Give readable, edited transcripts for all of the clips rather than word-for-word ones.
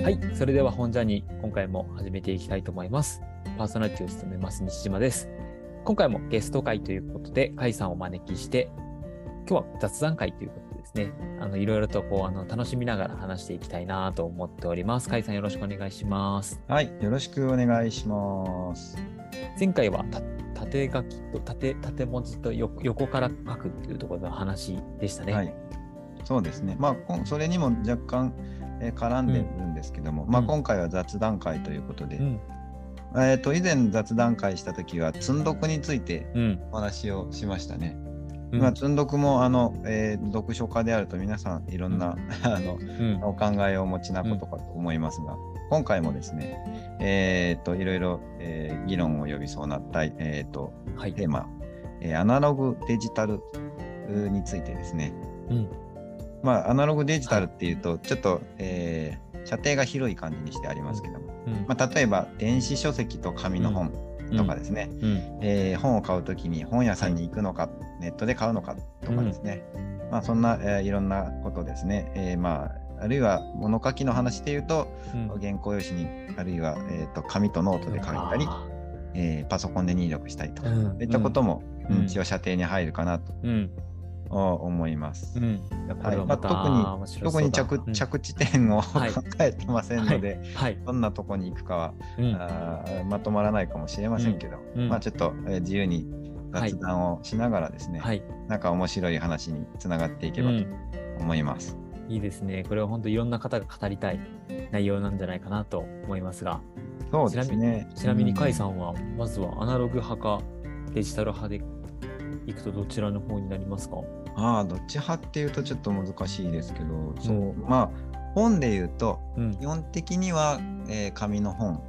はい、それでは本ジャーニー、今回も始めていきたいと思います。パーソナリティを務めます西島です。今回もゲスト会ということで、甲斐さんをお招きして、今日は雑談会ということでですね、いろいろと楽しみながら話していきたいなと思っております。甲斐さんよろしくお願いします。 はい、よろしくお願いします。 前回は縦書きと縦文字と横から書くっていうところの話でしたね。 はい、そうですね。それにも若干絡んでるんですけども、今回は雑談会ということで、以前雑談会した時は積んどくについてお話をしましたね。積んどくも読書家であると皆さんいろんな、お考えをお持ちなことかと思いますが、今回もですね、いろいろ、議論を呼びそうなテーマ、アナログデジタルについてですね。アナログデジタルっていうとちょっと、射程が広い感じにしてありますけども、例えば電子書籍と紙の本とかですね、本を買うときに本屋さんに行くのか、ネットで買うのかとかですね、そんな、いろんなことですね、あるいは物書きの話でいうと、原稿用紙にあるいは、紙とノートで書いたり、パソコンで入力したりとか、そういったことも、一応射程に入るかなと。思います。特に着地点を考えてませんので、どんなとこに行くかはまとまらないかもしれませんけど、ちょっと自由に雑談をしながらですね、なんか面白い話につながっていけばと思います。 いいですね。これは本当いろんな方が語りたい内容なんじゃないかなと思いますが、 そうですね。 ちなみに甲斐さんはまずはアナログ派かデジタル派でいくとどちらの方になりますか？ どっち派っていうとちょっと難しいですけど、本でいうと、基本的には、紙の本、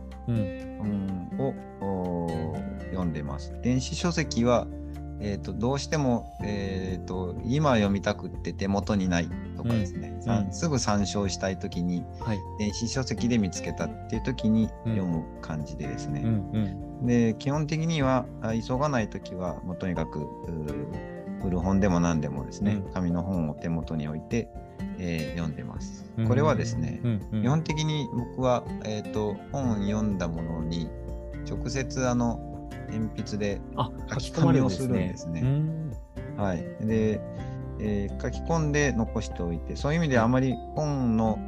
を読んでます。電子書籍は、どうしても、今読みたくって手元にないとかですね、すぐ参照したいときに、電子書籍で見つけたっていうときに読む感じでですね、で基本的には急がないときはもうとにかく古本でも何でもですね、紙の本を手元に置いて、読んでます。これはですね、基本的に僕は、本を読んだものに直接鉛筆で書き込みをするんですね。はい。で、書き込んで残しておいて、そういう意味であまり本の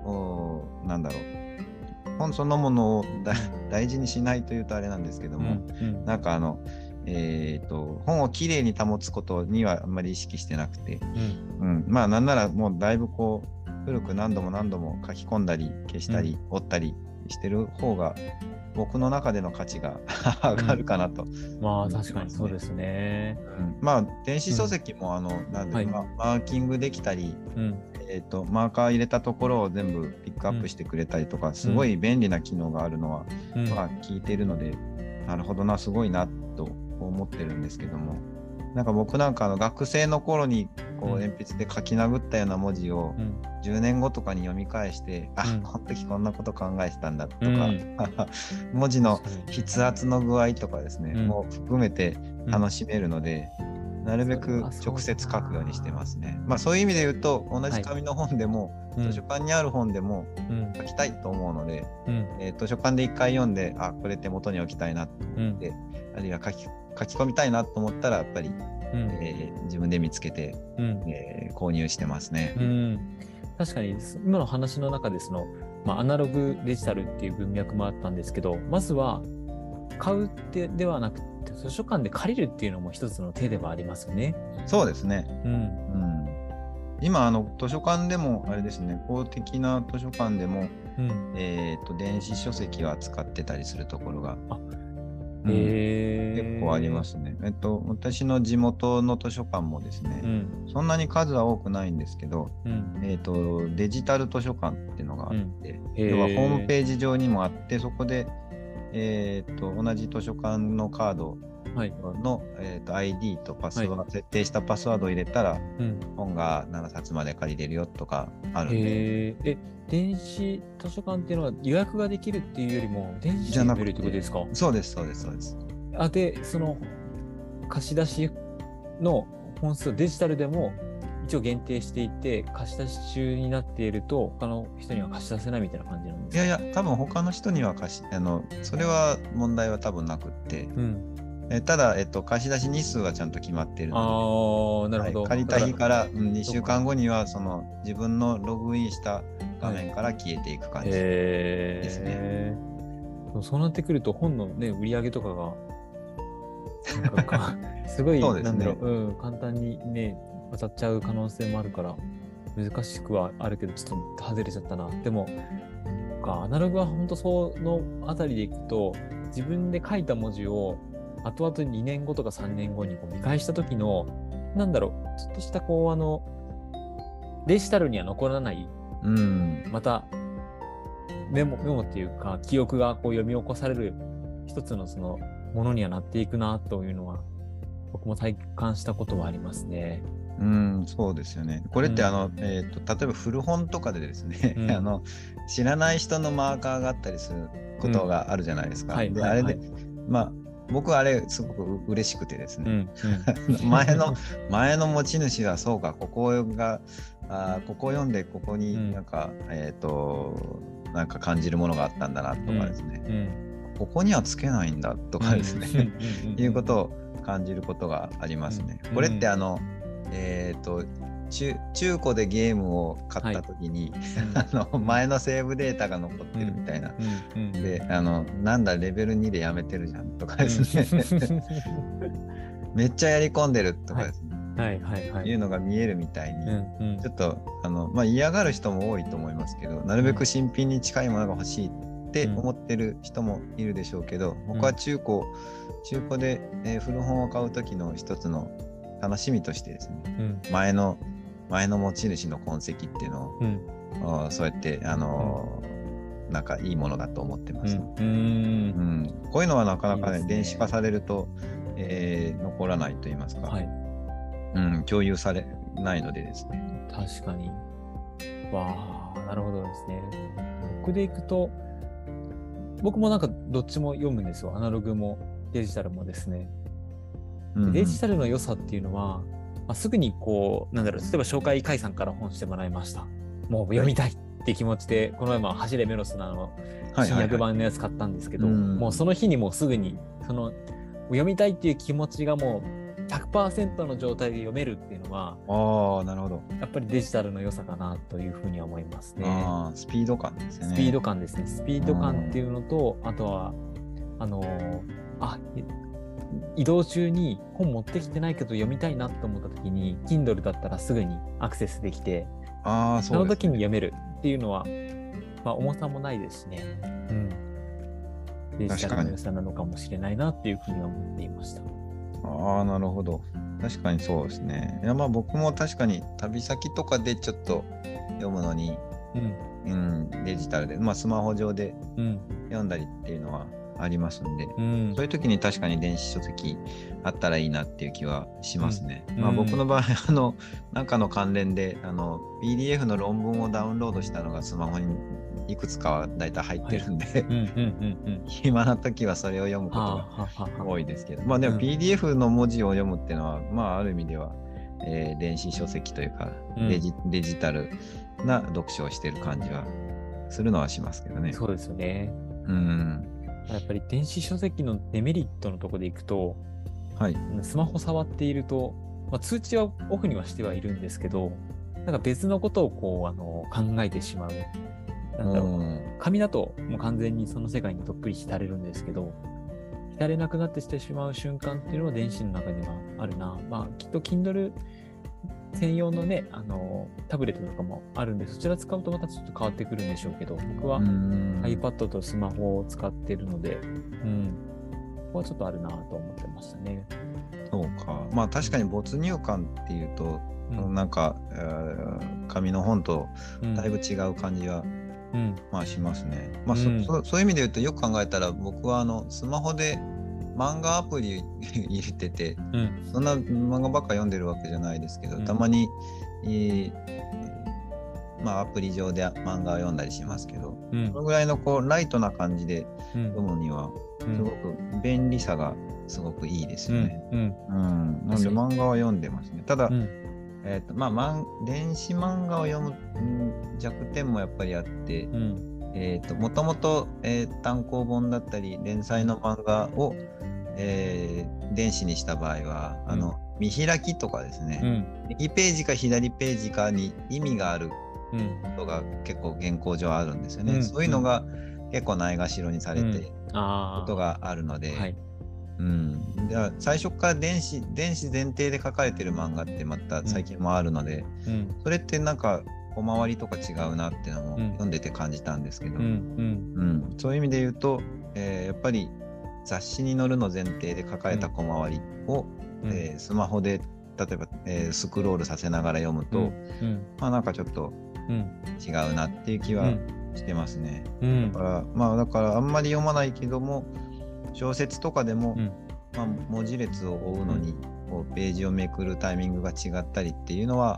本そのものを大事にしないというとあれなんですけども、なんか本をきれいに保つことにはあんまり意識してなくて、なんならもうだいぶ古く何度も書き込んだり消したり折ったりしてる方が僕の中での価値が上がるかなと、 確かにそうですね。 電子書籍もマーキングできたり、マーカー入れたところを全部ピックアップしてくれたりとか、すごい便利な機能があるのは、聞いているので、なるほどな、すごいなと思ってるんですけども、なんか僕なんか学生の頃に鉛筆で書き殴ったような文字を10年後とかに読み返して、この時こんなこと考えてたんだとか、文字の筆圧の具合とかですね、もう含めて楽しめるので、なるべく直接書くようにしてますね。そういう意味で言うと、同じ紙の本でも、図書館にある本でも書きたいと思うので、図書館で一回読んで、これ手元に置きたいなと思って、あるいは書き込みたいなと思ったらやっぱり、自分で見つけて、購入してますね。 確かに今の話の中でアナログデジタルっていう文脈もあったんですけど、まずは買うではなくて図書館で借りるっていうのも一つの手ではありますよね。 そうですね。今図書館でもあれですね、公的な図書館でも、電子書籍を扱ってたりするところが結構ありますね。私の地元の図書館もですね、そんなに数は多くないんですけど、デジタル図書館っていうのがあって、要はホームページ上にもあって、そこで、同じ図書館のカードの、ID とパスワード、設定したパスワードを入れたら、本が何冊まで借りれるよとかあるんで。 電子図書館っていうのは予約ができるっていうよりも電子で読めるってことですか？ そうです。 で、その貸し出しの本数デジタルでも一応限定していて、貸し出し中になっていると、他の人には貸し出せないみたいな感じなんですか？ いやいや、多分他の人にはそれは問題は多分なくって、ただ、貸し出し日数はちゃんと決まっているので、 なるほど。 借りた日から2週間後には自分のログインした画面から消えていく感じですね。 そうなってくると本のね、売り上げとかがすごい、 そうですね、 簡単にね、渡っちゃう可能性もあるから、難しくはあるけど、ちょっと外れちゃったな。でも、アナログは本当そのあたりでいくと、自分で書いた文字を後々2年後とか3年後に見返した時の、ちょっとしたデジタルには残らない、またメモっていうか、記憶が読み起こされる一つのそのものにはなっていくなというのは、僕も体感したことはありますね。 そうですよね。これって例えば古本とかでですね、知らない人のマーカーがあったりすることがあるじゃないですか。で、あれで、僕はあれすごく嬉しくてですね、前の持ち主はそうか、ここを読んでここになんか感じるものがあったんだなとかですね、ここにはつけないんだとかですね、いうことを感じることがありますね。これって中古でゲームを買った時に、前のセーブデータが残ってるみたいな、でなんだレベル2でやめてるじゃんとかですねめっちゃやり込んでるとかですね、いうのが見えるみたいに、ちょっと嫌がる人も多いと思いますけど、なるべく新品に近いものが欲しいって思ってる人もいるでしょうけど、僕は中古で、古本を買う時の一つの楽しみとしてですね、前の持ち主の痕跡っていうのを、そうやってなんかいいものだと思ってます。こういうのはなかなかね、電子化されると、残らないと言いますか、共有されないのでですね。 確かに。なるほどですね。僕でいくと、僕もどっちも読むんですよ。アナログもデジタルもですね。デジタルの良さっていうのは、すぐに例えば紹介会さんから本してもらいました。もう読みたいって気持ちで、この前も走れメロスの新訳版のやつ買ったんですけど、もうその日にもうすぐに読みたいっていう気持ちがもう 100% の状態で読めるっていうのは、 なるほど。 やっぱりデジタルの良さかなというふうには思いますね。 スピード感ですね。 スピード感ですね。スピード感っていうのと、あとは移動中に本持ってきてないけど読みたいなと思った時に Kindle だったらすぐにアクセスできて、その時に読めるっていうのは、重さもないですしね。デジタルの良さなのかもしれないなっていうふうには思っていました。 なるほど。確かにそうですね。いや僕も確かに旅先とかでちょっと読むのに、デジタルで、スマホ上で読んだりっていうのはありますんで、そういう時に確かに電子書籍あったらいいなっていう気はしますね。僕の場合なんかの関連でPDF の論文をダウンロードしたのがスマホにいくつかはだいたい入ってるんで、暇な時はそれを読むことが多いですけど、でも PDF の文字を読むっていうのは、ある意味では、電子書籍というか、デジタルな読書をしている感じはするのはしますけどね。 そうですよね。やっぱり電子書籍のデメリットのところでいくと、スマホ触っていると、通知はオフにはしてはいるんですけど、別のことを考えてしまう。紙だともう完全にその世界にどっぷり浸れるんですけど、浸れなくなってしてしまう瞬間っていうのは電子の中にはあるな。きっと Kindle 専用のね、タブレットとかもあるんで、そちら使うとまたちょっと変わってくるんでしょうけど、僕は iPad とスマホを使ってるので、ここはちょっとあるなと思ってましたね。 そうか。確かに没入感っていうと、なんか、紙の本とだいぶ違う感じは、しますね。そういう意味で言うと、よく考えたら、僕はスマホで漫画アプリ入れてて、そんな漫画ばっか読んでるわけじゃないですけど、たまに、アプリ上で漫画を読んだりしますけど、そのぐらいのライトな感じで読むには、すごく便利さがすごくいいですよね。なので漫画は読んでますね。ただ、 電子漫画を読む弱点もやっぱりあって、もともと単行本だったり連載の漫画を、電子にした場合は見開きとかですね、右ページか左ページかに意味があることが結構原稿上あるんですよね。そういうのが結構ないがしろにされてことがあるので、では最初から電子前提で書かれてる漫画ってまた最近もあるので、それってなんか小回りとか違うなっていうのも読んでて感じたんですけど、そういう意味で言うと、やっぱり雑誌に載るの前提で書かれた小回りを、スマホで例えば、スクロールさせながら読むと、なんかちょっと違うなっていう気はしてますね。だからあんまり読まないけども小説とかでも、文字列を追うのにこうページをめくるタイミングが違ったりっていうのは、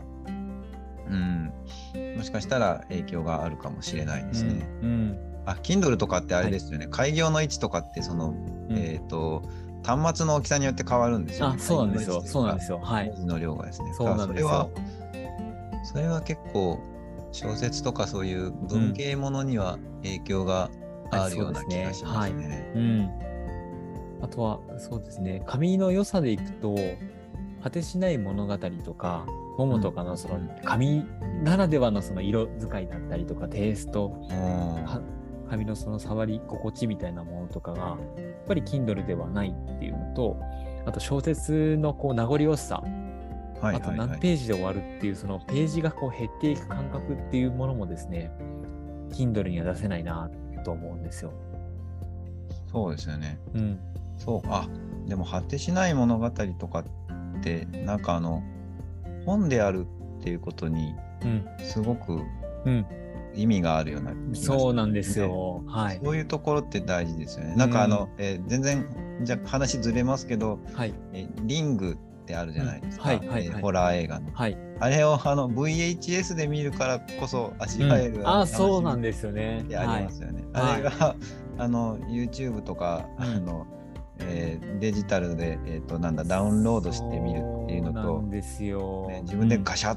もしかしたら影響があるかもしれないですね。Kindle とかってあれですよね、開業の位置とかってその、端末の大きさによって変わるんですよね。 そうなんですよ。そうなんですよ。 文字の量がですね。 そうなんですよ。 それは結構小説とかそういう文系ものには影響があるような気がしますね。 あとはそうですね、紙の良さでいくと果てしない物語とか桃とかのその紙ならではのその色使いだったりとかテイスト、紙のその触り心地みたいなものとかがやっぱり Kindle ではないっていうのと、あと小説のこう名残惜しさ、あと何ページで終わるっていうそのページがこう減っていく感覚っていうものもですね Kindle には出せないなと思うんですよ。 そうですよね。でも果てしない物語とかってなんか本であるっていうことにすごく意味があるような気がする、 そうなんですよ。 そういうところって大事ですよね。なんか全然じゃ話ずれますけど、リングってあるじゃないですか、ホラー映画の、あれをVHS で見るからこそ味わえる、 そうなんですよね。 ありますよね。あれがYouTube とかデジタルで、ダウンロードしてみるっていうのと、自分でガシャって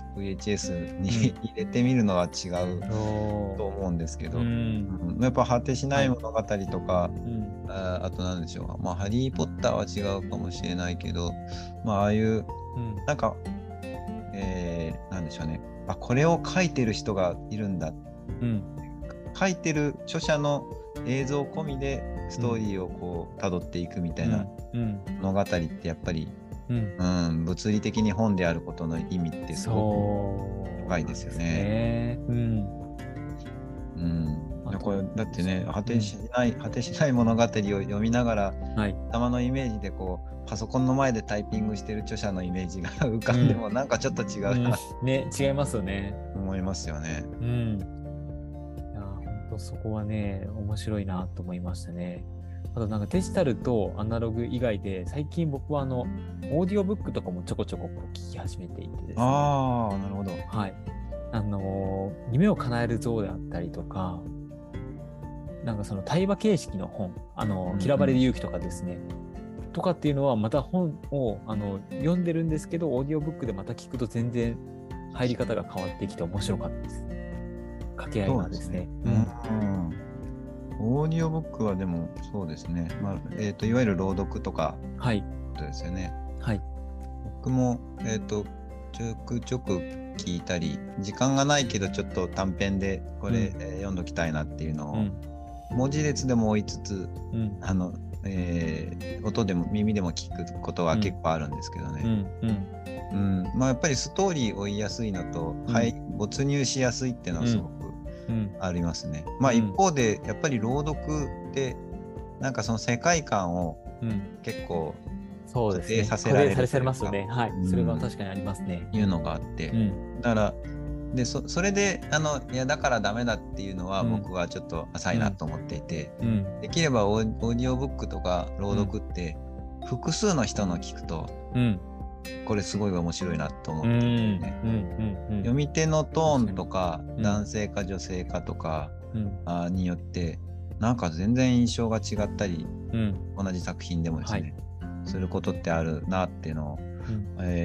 VHS に入れてみるのは違うと思うんですけど、やっぱ果てしない物語とか、あと何でしょう、ハリー・ポッターは違うかもしれないけど、ああいうなんか、なんでしょうね、これを書いてる人がいるんだ、書いてる著者の映像込みでストーリーをこう辿っていくみたいな物語ってやっぱり、物理的に本であることの意味ってすごく深いですよね。これだってね、果てしない物語を読みながら、頭のイメージでこうパソコンの前でタイピングしてる著者のイメージが浮かんでもなんかちょっと違うな、 違いますよね。 思いますよね。 そこはね面白いなと思いましたね。あとなんかデジタルとアナログ以外で最近僕はオーディオブックとかもちょこちょこ聞き始めていてですね。 なるほど。 夢を叶える像であったりとか、なんかその対話形式の本、嫌われる勇気とかですね、とかっていうのはまた本を読んでるんですけど、オーディオブックでまた聞くと全然入り方が変わってきて面白かったです。掛け合いがですね。 オーディオブックはでもそうですね、いわゆる朗読とかことですよね。僕もちょくちょく聞いたり、時間がないけどちょっと短編でこれ、読んどきたいなっていうのを、文字列でも追いつつ、音でも耳でも聞くことは結構あるんですけどね。やっぱりストーリー追いやすいのと、没入しやすいっていうのはすごくありますね。一方でやっぱり朗読ってなんかその世界観を結構固定させられるというか、 されますよね。それは確かにありますね。 いうのがあって、だからでそれでいやだからダメだっていうのは僕はちょっと浅いなと思っていて、できればオーディオブックとか朗読って複数の人の聞くと、これすごい面白いなと思っていて、読み手のトーンとか男性か女性かとかによってなんか全然印象が違ったり、同じ作品でもですね、することってあるなっていうのを、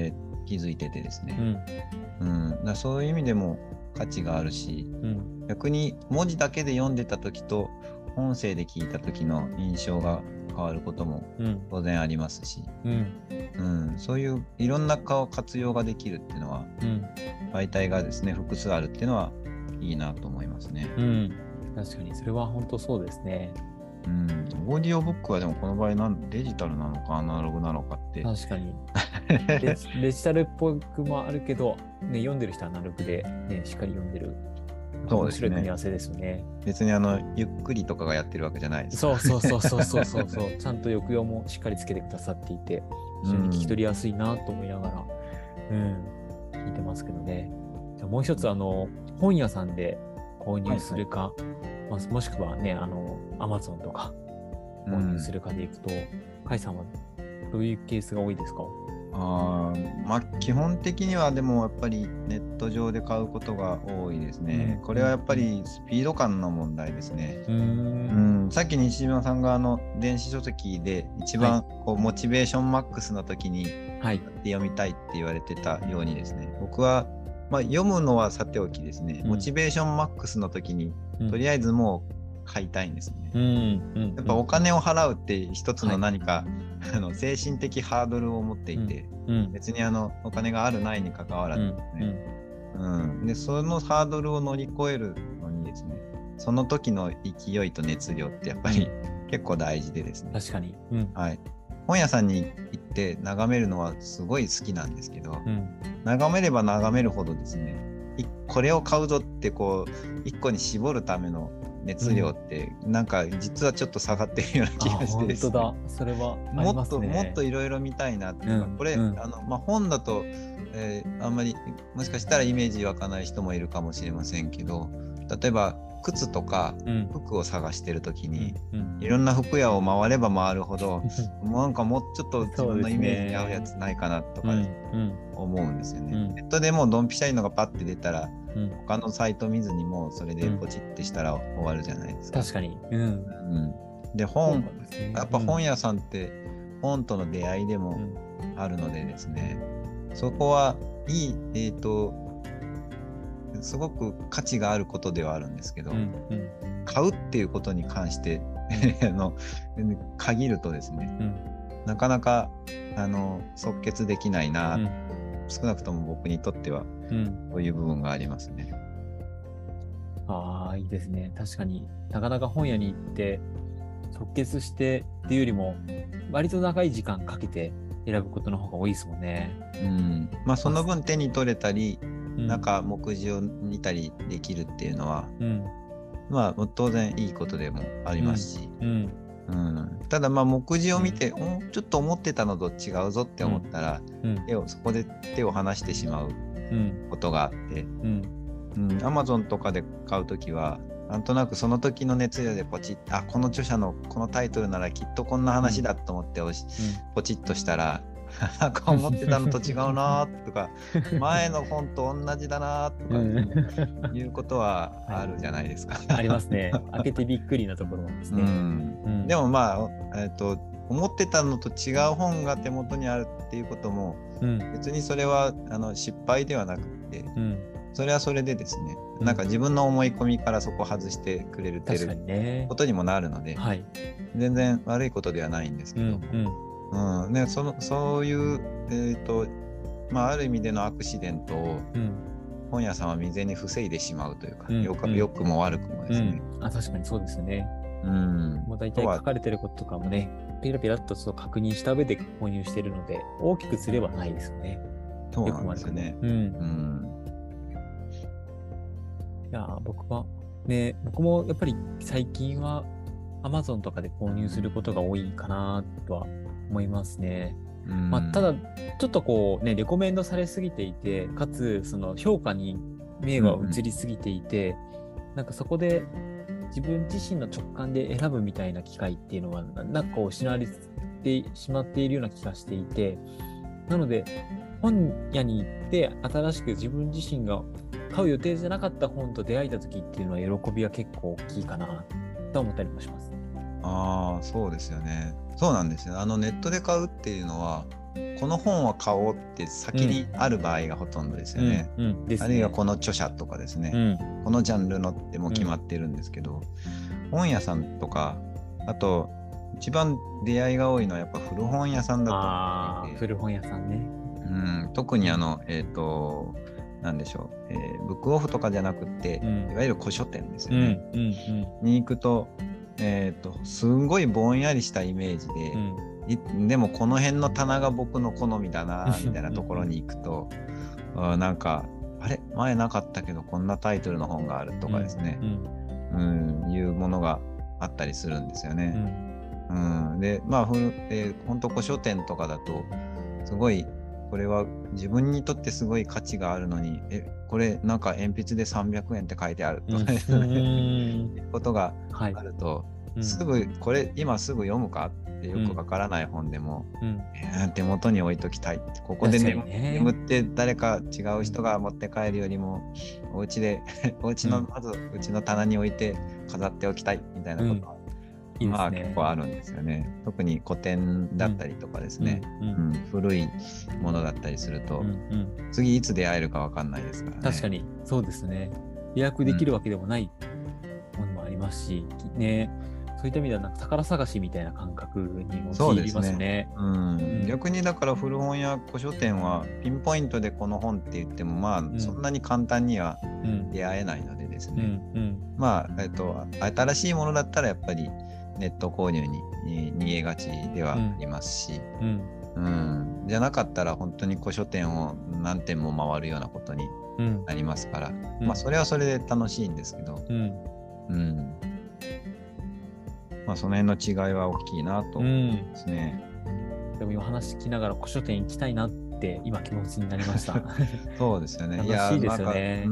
気づいててですね。 うんそういう意味でも価値があるし、逆に文字だけで読んでた時と音声で聞いた時の印象が変わることも当然ありますし、そういういろんな活用ができるっていうのは、媒体がですね複数あるっていうのはいいなと思いますね。 確かにそれは本当そうですね。 オーディオブックはでもこの場合デジタルなのかアナログなのかって確かにデジタルっぽくもあるけど、ね、読んでる人はアナログで、ね、しっかり読んでる。面白い組み合わせですよね。 別にゆっくりとかがやってるわけじゃないです。 そうちゃんと抑揚もしっかりつけてくださっていて、非常に聞き取りやすいなと思いながら、聞いてますけどね。じゃあもう一つ本屋さんで購入するか、もしくはねAmazon とか購入するかでいくと、甲斐さんはどういうケースが多いですか？ 基本的にはでもやっぱりネット上で買うことが多いですね。これはやっぱりスピード感の問題ですね。さっき西島さんが電子書籍で一番モチベーションマックスの時に読みたいって言われてたようにですね、僕は読むのはさておきですね、モチベーションマックスの時にとりあえずもう買いたいんですね。やっぱお金を払うって一つの何か、精神的ハードルを持っていて、別にお金があるないに関わらずですね、でそのハードルを乗り越えるのにですね、その時の勢いと熱量ってやっぱり結構大事でですね。 確かに、 本屋さんに行って眺めるのはすごい好きなんですけど、眺めれば眺めるほどですね、これを買うぞって一個に絞るための熱量ってなんか実はちょっと下がってるような気がしてですね。 本当だ、それはありますね。 もっといろいろ見たいなっていうか、これ本だと、あんまりもしかしたらイメージ湧かない人もいるかもしれませんけど、例えば靴とか服を探してる時に、いろんな服屋を回れば回るほどなんかもうちょっと自分のイメージに合うやつないかなとか思うんですよね。ネットでもうドンピシャリのがパッて出たら、他のサイト見ずにもうそれでポチってしたら終わるじゃないですか。 確かに。 でやっぱ本屋さんって本との出会いでもあるのでですね、そこはいいすごく価値があることではあるんですけど、買うっていうことに関して限るとですね、なかなか即決できないな、少なくとも僕にとってはそういう部分がありますね。 いいですね。確かになかなか本屋に行って即決してっていうよりも割と長い時間かけて選ぶことの方が多いですもんね。 その分手に取れたり、なんか目次を見たりできるっていうのは、当然いいことでもありますし、ただ目次を見て、ちょっと思ってたのと違うぞって思ったら、そこで手を離してしまうことがあって、Amazon とかで買うときはなんとなくその時の熱量でポチッ、この著者のこのタイトルならきっとこんな話だと思ってポチッとしたら思ってたのと違うなとか前の本と同じだなとかいうことはあるじゃないですか。 ありますね。開けてびっくりなところですね。 でも思ってたのと違う本が手元にあるっていうことも、別にそれは失敗ではなくて、それはそれでですね、なんか自分の思い込みからそこ外してくれることにもなるので、全然悪いことではないんですけど、そういう、ある意味でのアクシデントを本屋さんは未然に防いでしまうというか、良くも悪くもですね。 確かにそうですね。もう大体書かれてることとかもね、ピラピラっとちょっと確認した上で購入しているので、大きくすればないですよね。 そうなんですよね。 いや僕もやっぱり最近は Amazon とかで購入することが多いかなとは思いますね。ただちょっとレコメンドされすぎていて、かつその評価に目が移りすぎていて、なんかそこで自分自身の直感で選ぶみたいな機会っていうのはなんか失われてしまっているような気がしていて、なので本屋に行って新しく自分自身が買う予定じゃなかった本と出会えた時っていうのは喜びは結構大きいかなと思ったりもします。 そうですよね。そうなんですよ。ネットで買うっていうのはこの本は買おうって先にある場合がほとんどですよね。あるいはこの著者とかですね、このジャンルのっても決まってるんですけど、本屋さんとか、あと一番出会いが多いのはやっぱ古本屋さんだと思っていて。 古本屋さんね。 特になんでしょう、ブックオフとかじゃなくて、いわゆる古書店ですよね。に行くと、すんごいぼんやりしたイメージで、でもこの辺の棚が僕の好みだなみたいなところに行くとなんかあれ前なかったけどこんなタイトルの本があるとかですね、いうものがあったりするんですよね。でまあ本当古書店とかだとすごいこれは自分にとってすごい価値があるのにこれなんか鉛筆で300円って書いてあるとかいうことがあると、すぐこれ今すぐ読むかってよくわからない本でも、手元に置いときたい、ここで眠って誰か違う人が持って帰るよりもお家のまずうちの棚に置いて飾っておきたいみたいなことは、まあ結構あるんですよね。特に古典だったりとかですね、古いものだったりすると、次いつ出会えるかわかんないですからね。 確かにそうですね。予約できるわけでもないものもありますし、ね、そういった意味ではなんか宝探しみたいな感覚にも陥りますね。 逆にだから古本や古書店はピンポイントでこの本って言ってもまあそんなに簡単には出会えないのでですね、まあ新しいものだったらやっぱりネット購入に逃げがちではありますし、じゃなかったら本当に古書店を何店も回るようなことになりますから、まあそれはそれで楽しいんですけど、まあその辺の違いは大きいなと思いますね。 でも今話聞きながら古書店行きたいなって今気持ちになりました。 そうですよね。 楽しいですよね。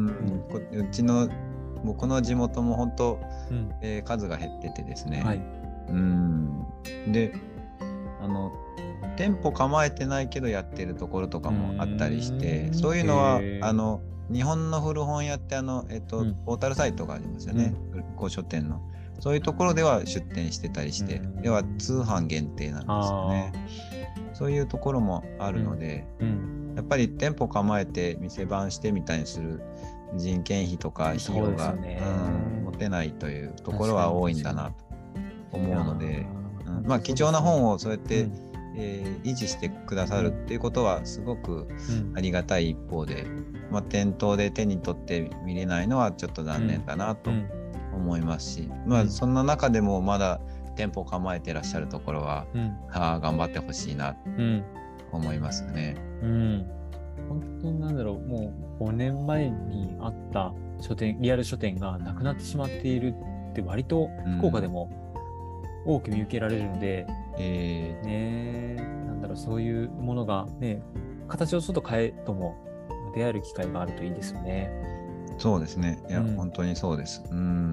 僕の地元も本当、数が減っててですね。で店舗構えてないけどやってるところとかもあったりして、そういうのは日本の古本屋ってポータルサイトがありますよね、古書店の。そういうところでは出店してたりして、要は通販限定なんですよね。そういうところもあるので、やっぱり店舗構えて店番してみたいにする人件費とか費用が、持てないというところは多いんだなと思うので、まあ貴重な本をそうやって、維持してくださるっていうことはすごくありがたい一方で、まあ、店頭で手に取って見れないのはちょっと残念だなと思いますし、まあそんな中でもまだ店舗構えてらっしゃるところは、頑張ってほしいなと思いますよね。 本当になんだろう、もう5年前にあった書店、リアル書店がなくなってしまっているって割と福岡でも多く見受けられるので、なんだろう、そういうものがね、形をちょっと変えとも出会える機会があるといいですよね。 そうですね。いや、本当にそうです。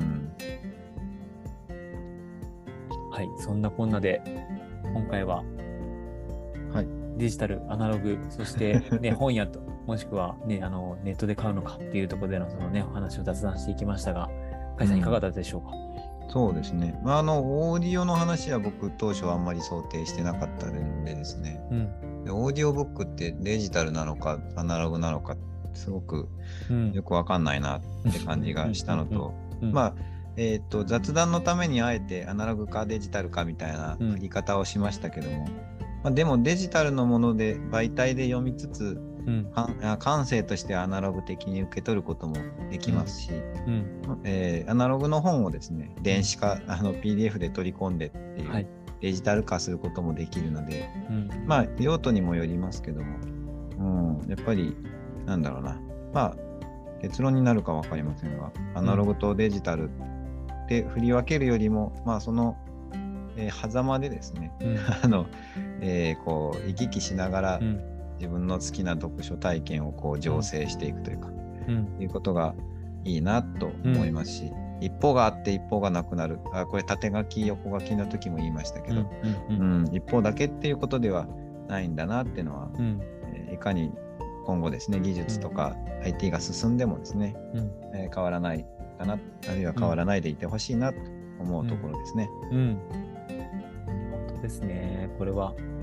はい、そんなこんなで今回は、デジタル、アナログ、そして、ね、本屋と、もしくは、ね、ネットで買うのかっていうところでのその、ね、お話を雑談していきましたが、甲斐さんいかがだったでしょうか。 そうですね。まあ、オーディオの話は僕当初はあんまり想定してなかったんでですね。でオーディオブックってデジタルなのかアナログなのかすごくよくわかんないなって感じがしたのと、まあ雑談のためにあえてアナログかデジタルかみたいな言い方をしましたけども、まあ、でもデジタルのもので媒体で読みつつ、感性としてアナログ的に受け取ることもできますし、アナログの本をですね電子化PDF で取り込んでっていう、デジタル化することもできるので、まあ用途にもよりますけども、やっぱりなんだろうな、まあ結論になるか分かりませんが、アナログとデジタルで振り分けるよりも、まあその、狭間でですね、こう行き来しながら、自分の好きな読書体験をこう醸成していくというか、いうことがいいなと思いますし、一方があって一方がなくなる、これ縦書き横書きの時も言いましたけど、一方だけっていうことではないんだなっていうのは、いかに今後ですね技術とか IT が進んでもですね、変わらないかな、あるいは変わらないでいてほしいなと思うところですね。 本当ですね。これは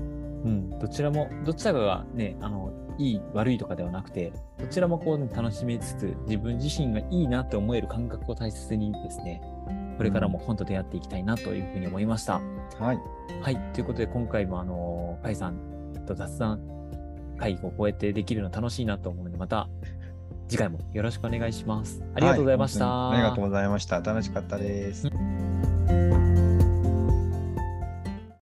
どちらかがね、いい悪いとかではなくて、どちらもこう、ね、楽しみつつ、自分自身がいいなと思える感覚を大切にですね、これからも本と出会っていきたいなというふうに思いました。 はい。 はい。ということで、今回も甲斐さんと雑談会をこうやってできるの楽しいなと思うので、また次回もよろしくお願いします。ありがとうございました。 ありがとうございました。楽しかったです。